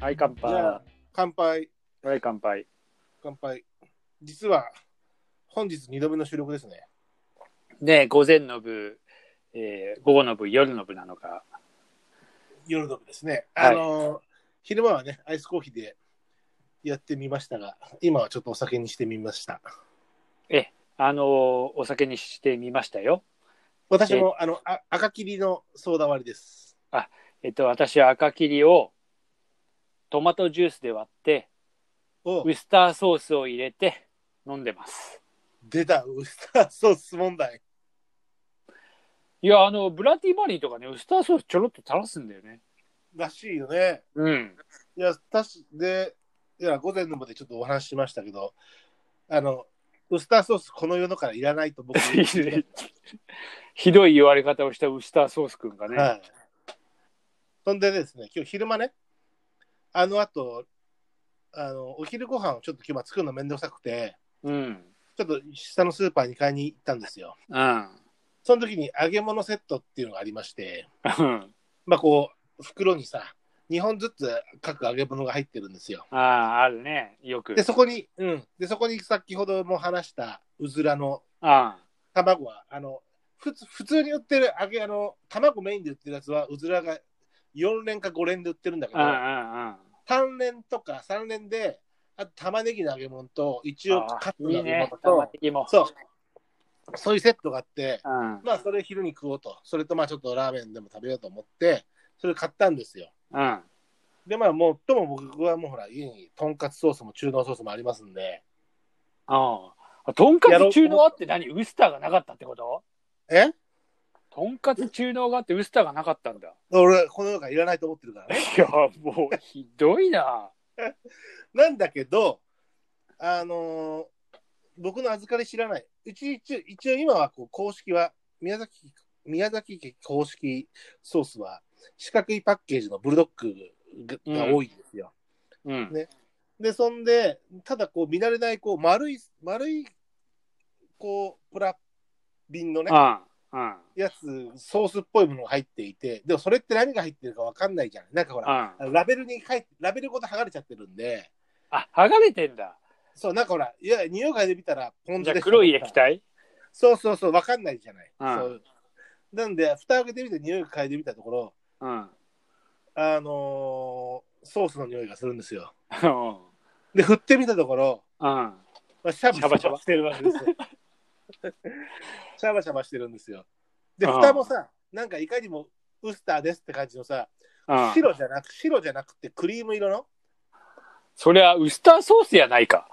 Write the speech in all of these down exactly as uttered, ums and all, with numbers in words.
はい、乾杯。 じゃあ、乾杯。 はい、乾杯。 乾杯。実は、本日にどめの収録ですね。 で、午前の部、えー午後の部、夜の部なのか。 夜の部ですね。 はいあのー、昼間はね、アイスコーヒーでやってみましたが、今はちょっとお酒にしてみました。 え、あのーお酒にしてみましたよ。 私も、あの、あ赤切りのソーダ割りです。 あ、えっと、私は赤切りをトマトジュースで割って、 おウスターソースを入れて飲んでます。 出た、ウスターソース問題。 いや、あの、ブラティマリーとかね、ウスターソースちょろっと垂らすんだよね。 らしいよね。 うん。 いや、たし、で、いや、午前の部でちょっとお話ししましたけど、あの、ウスターソースこの世のからいらないと僕は言ってました。 ひどい言われ方をしたウスターソースくんがね。 はい。そんでですね、今日昼間ね、あの後、あのお昼ご飯をちょっと今日は作るのめんどくさくて、 うん。 ちょっと下のスーパーに買いに行ったんですよ。 うん。 その時に揚げ物セットっていうのがありまして、 うんまあこう、袋にさ、にほんずつ各揚げ物が入ってるんですよ。 ああ、あるね。よく。 で、そこに、うん。で、そこに先ほども話したうずらのあ卵は、あの、ふつ普通に売ってる揚げ、あの、卵メインで売ってるやつは、うずらがよん連かご連で売ってるんだけあ、あど、 あ、あさん連とかさん連で、あと玉ねぎの揚げ物と、一応カットの揚げいいね。 物と、 玉ねぎも。 そう、そういうセットがあって、 うん。 まあそれ昼に食おうと、それとまあちょっとラーメンでも食べようと思って、それ買ったんですよ。 うん。 で、まあもっとも僕はもうほら、家にとんかつソースも中濃ソースもありますんで、 ああ。とんかつ中濃あって何ウスターがなかったってこと？ えとんかつ中濃があってウスターがなかったんだ。 俺、この世がいらないと思ってるからね。 いや、もうひどいな。 なんだけど、あのー僕の預かり知らない。うち一応、一応今はこう公式は、宮崎、宮崎家公式ソースは、四角いパッケージのブルドッグが多いんですよ。 うん。 ね。で、そんで、ただこう見慣れない、こう丸い、丸い、こう、プラ瓶のね、 ああ。 やつ、ソースっぽいものが入っていて、でもそれって何が入ってるかわかんないじゃん。なんかほら、 あラベルに書いて、ラベルごと剥がれちゃってるんで、 あ、剥がれてんだ。 そう、なんかほら、いや、匂い嗅いでみたら、ポン酢でじゃあ黒い液体？ そうそうそう、わかんないじゃない。 うんそうなんで、蓋開けてみて、匂い嗅いでみたところ、 うん。 あのーソースの匂いがするんですよ。 うん。 で、振ってみたところ、 うん。 まあ、シャバシャシャバシャババしてるわけですよ。シャバシャバしてるんですよ。で、 うん蓋もさ、なんかいかにもウスターですって感じのさ、 うん。 白じゃなく、白じゃなくてクリーム色の、 そりゃウスターソースやないか。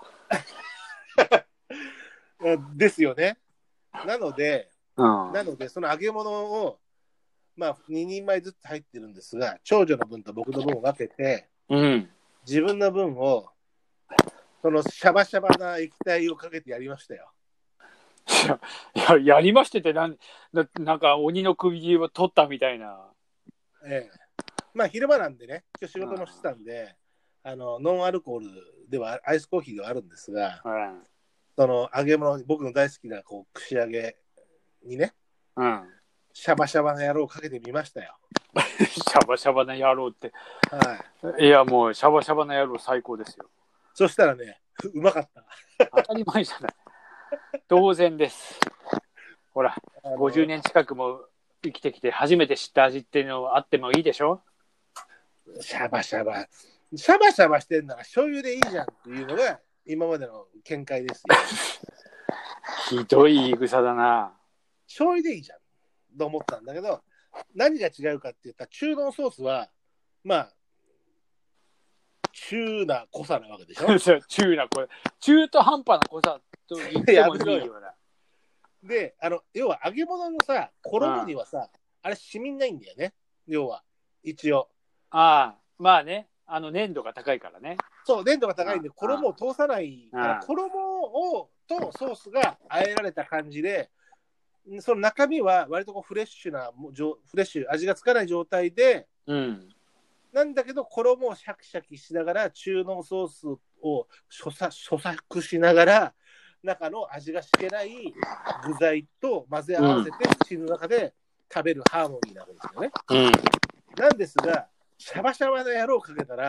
うんですよね。なので、 うん。 なので、その揚げ物を、まあ、ににんまえずつ入ってるんですが、長女の分と僕の分を分けて、 うん。 自分の分を、そのシャバシャバな液体をかけてやりましたよ。 いや、やりましててなん、ななんか鬼の首を取ったみたいな。 ええ。まあ、昼間なんでね、今日仕事もしてたんで、あの、ノンアルコールでは、アイスコーヒーではあるんですが、 うん。 その揚げ物、僕の大好きなこう串揚げにね、 うん。 シャバシャバな野郎をかけてみましたよ。 シャバシャバな野郎って。 はい。 いや、もうシャバシャバな野郎最高ですよ。 そしたらね、うまかった。 当たり前じゃない。当然です。ほら、 あのごじゅうねん近くも生きてきて初めて知った味っていうのあってもいいでしょ？ シャバシャバ。シャバシャバしてんなら醤油でいいじゃんっていうのが今までの見解ですよ。 ひどい言い草だな。 醤油でいいじゃんと思ったんだけど、何が違うかって言ったら中濃ソースはまあ中な濃さなわけでしょ。 中なこれ中途半端な濃さと言ってもいいような。 で、あの要は揚げ物のさ衣にはさ、あれ染みんないんだよね。要は一応。 ああ、まあね、あの粘度が高いからね。 そう、粘度が高いんで衣を通さないからああ衣をとソースが和えられた感じで、その中身は割とこうフレッシュなフレッシュ味がつかない状態で、 うん。 なんだけど衣をシャキシャキしながら中濃ソースを咀嚼咀嚼しながら中の味がしけない具材と混ぜ合わせて口の中で食べるハーモニーなわけですよね。 うん。 なんですがシャバシャバな野郎かけたら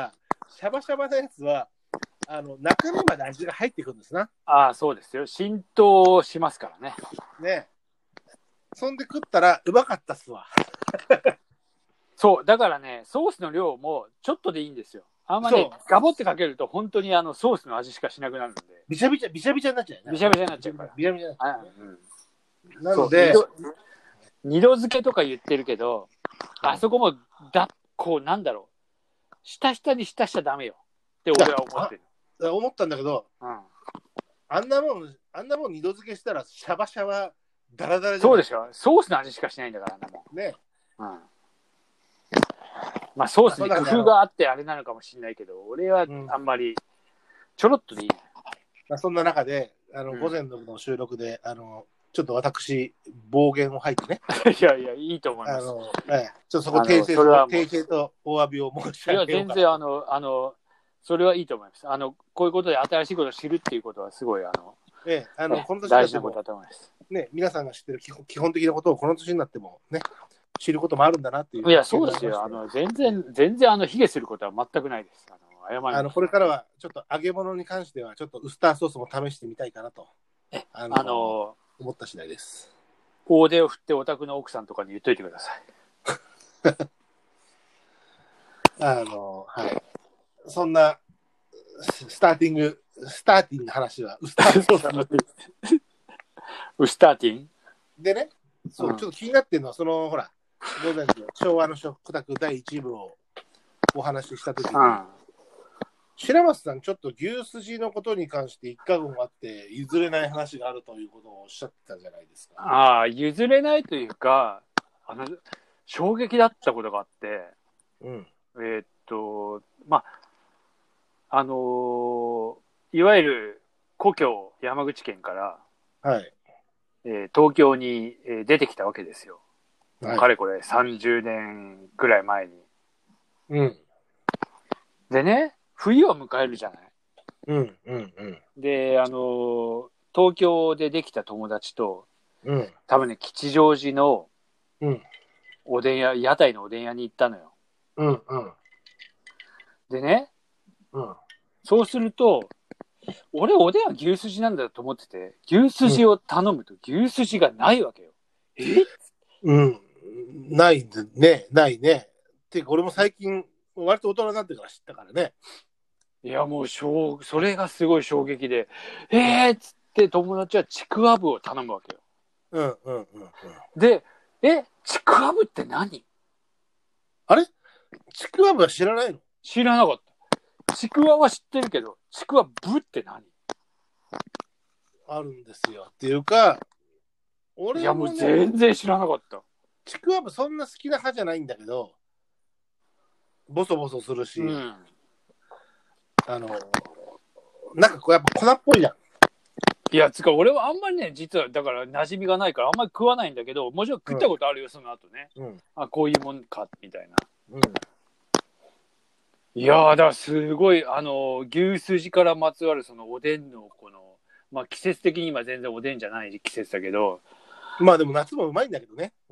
シャバシャバなやつは、あの、中身まで味が入ってくるんですな。 ああ、そうですよ。浸透しますからね。 ね。そんで食ったら、うまかったっすわ。 そう、だからね、ソースの量もちょっとでいいんですよ。あんまね、ガボってかけると本当にあのソースの味しかしなくなるんで。 びちゃびちゃ、びちゃびちゃになっちゃうよね。 びしゃびしゃになっちゃうから。 びちゃびちゃになっちゃう、 うん、 なので、 二度漬けとか言ってるけど、あそこもだ、こうなんだろう。下下に浸しちゃダメよ。って俺は思ってる。 思ったんだけど、うん、あんなもん、あんなもん二度漬けしたらシャバシャバ、ダラダラじゃない。 そうでしょ。ソースの味しかしないんだから、あんなもん。 ね。 うん。まあソースに工夫があってあれなのかもしれないけど、俺はあんまりちょろっとでいい。 まあ、そんな中で、あの、うん、午前の収録で、あの、ちょっと私、暴言を吐いてね。 いやいや、いいと思います。 あの、ええ、ちょっとそこ訂正と、訂正とお詫びを申し上げようかな。 いや、全然、あの、あの、それはいいと思います。あの、こういうことで新しいことを知るっていうことはすごい、あの、 ええ、あの、この年大事なことだと思います。 ね、皆さんが知ってる基本、基本的なことをこの年になってもね、知ることもあるんだなっていう。 いや、そうですよ。あの、全然、全然、あの、卑下することは全くないです。あの、謝ります。 あの、これからは、ちょっと揚げ物に関しては、ちょっとウスターソースも試してみたいかなと、 あの、あの思った次第です。 大手を振ってお宅の奥さんとかに言っといてください。 あの、はい。そんな、スターティング、スターティングの話は、ウスターソースのウスターティンでね、そう、うん、ちょっと気になってるのは、その、ほら、午前の昭和の食卓だいいち部をお話ししたときに、うん、白松さん、ちょっと牛すじのことに関して一過言があって、譲れない話があるということをおっしゃってたじゃないですか。 ああ、譲れないというか、あの、衝撃だったことがあって、うん、えー、っと、まあ、あのー、いわゆる故郷、山口県から、はい、えー、東京に、えー、出てきたわけですよ。はい、かれこれさんじゅうねんくらい前に。うん。でね、冬を迎えるじゃない。うんうんうん。で、あのー、東京でできた友達と、うん、多分ね、吉祥寺のおでん屋、屋台のおでん屋に行ったのよ。うんうん。でね、うん、そうすると、俺おでんは牛すじなんだと思ってて、牛すじを頼むと牛すじがないわけよ。うん、えうん、ないね、ないね。っていうか俺も最近、割と大人になってから知ったからね。 いやもうしょう、それがすごい衝撃で、えーっつって友達はちくわぶを頼むわけよ。うんうんうん、うん。で、え、ちくわぶって何？ あれ？ちくわぶは知らないの？ 知らなかった。ちくわは知ってるけど、ちくわぶって何？ あるんですよ。っていうか、 俺も、ね、いやもう全然知らなかった。 ちくわぶそんな好きな派じゃないんだけど、ボソボソするし、うん、あの、なんかこうやっぱ粉っぽいじゃん。 いや、つか俺はあんまりね、実はだから馴染みがないからあんまり食わないんだけど、もちろん食ったことあるよ、うん、その後ね。うん、あ、こういうもんか、みたいな。うん、いやー、だからすごい、あの、牛すじからまつわるそのおでんのこの、まあ季節的に今全然おでんじゃない季節だけど。 まあでも夏もうまいんだけどね。 うん、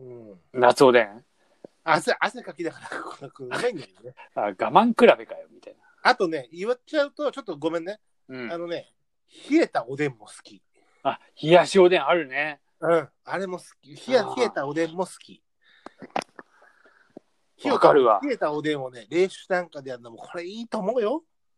夏おでん汗、汗かきだからうまいんだけどね。 あ、我慢比べかよ、みたいな。 あとね、言っちゃうと、ちょっとごめんね。うん、あのね、冷えたおでんも好き。 あ、冷やしおでんあるね。 うん、あれも好き。冷や、冷えたおでんも好き。 わかるわ。 冷えたおでんをね、冷酒なんかでやるのも、これいいと思うよ。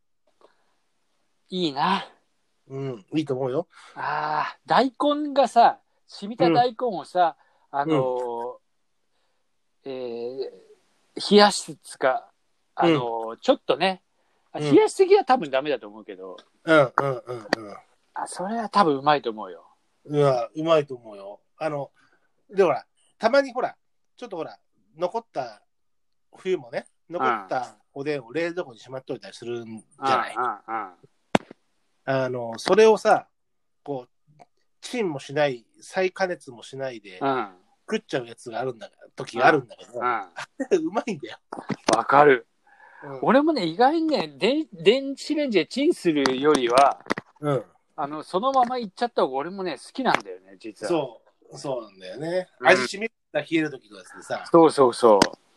いいな。 うん、いいと思うよ。 ああ、大根がさ、染みた大根をさ、うん、あのー、うん、えー、冷やしつか、あのーうん、ちょっとね、冷やしすぎは多分ダメだと思うけど、 うんうんうんうん。 あ、それは多分うまいと思うよ。 うわ、うまいと思うよ。あの、でほら、たまにほら、ちょっとほら、残った冬もね、残ったおでんを冷蔵庫にしまっといたりするんじゃない。あの、それをさ、こう、チンもしない、再加熱もしないで、食っちゃうやつがあるんだ、時があるんだけど、あれうまいんだよ。 わかる。うん、俺もね、意外にね、電、電子レンジでチンするよりは、うん、あの、そのままいっちゃった方が俺もね、好きなんだよね、実は。 そう、そうなんだよね。味しみた冷える時とかですねさ。 そうそうそう。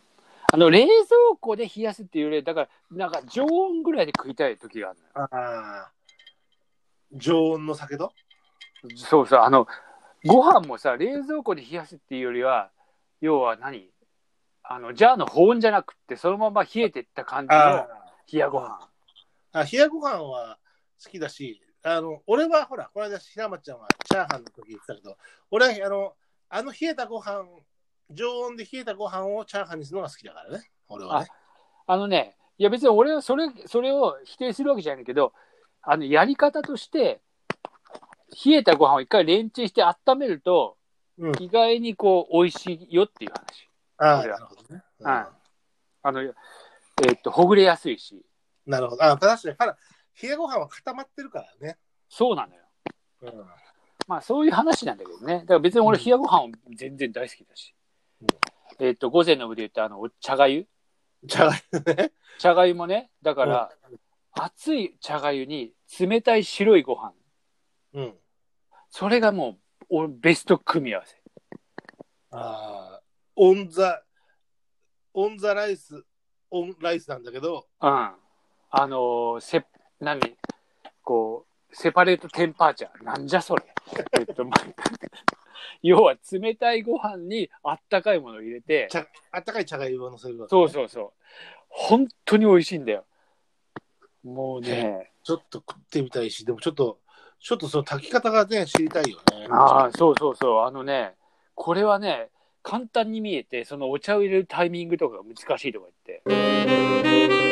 あの冷蔵庫で冷やすっていうより、だからなんか常温ぐらいで食いたい時があるのよ。 ああ、常温の酒と。 そうそう、あのご飯もさ、冷蔵庫で冷やすっていうよりは、要は何、あのジャーの保温じゃなくて、そのまま冷えてった感じの冷やご飯。 あ、冷やご飯は好きだし、あの俺はほら、この間、ひなまちゃんはチャーハンの時言ってたけど、俺はあの、あの冷えたご飯、常温で冷えたご飯をチャーハンにするのが好きだからね、俺はね。 あ, あのね、いや別に俺はそれ、それを否定するわけじゃないけど、あのやり方として、冷えたご飯を一回レンチンして温めると、うん、意外にこう美味しいよっていう話。 ああ、なるほどね。 うん。あの、えー、っと、ほぐれやすいし。 なるほど。あ、確かに、から冷やご飯は固まってるからね。 そうなのよ。うん。まあそういう話なんだけどね。だから別に俺冷やご飯は全然大好きだし。うん、えー、っと、午前の部で言ったあの、茶がゆ茶がゆね。 茶がゆもね、だから、うん、熱い茶がゆに冷たい白いご飯。うん。それがもう、ベスト組み合わせ。 ああ、オンザ、オンザライス、オンライスなんだけど。 うん。あのー、せ、何こう、セパレートテンパーチャー。なんじゃそれ。えっと、要は冷たいご飯にあったかいものを入れて。 あったかい茶がゆを乗せるわけ、ね。そうそうそう。本当に美味しいんだよ。もうね。 ちょっと食ってみたいし、でもちょっと、ちょっとその炊き方がね、知りたいよね。 ああ、そうそうそう。あのね、これはね、簡単に見えて、そのお茶を入れるタイミングとかが難しいとか言って。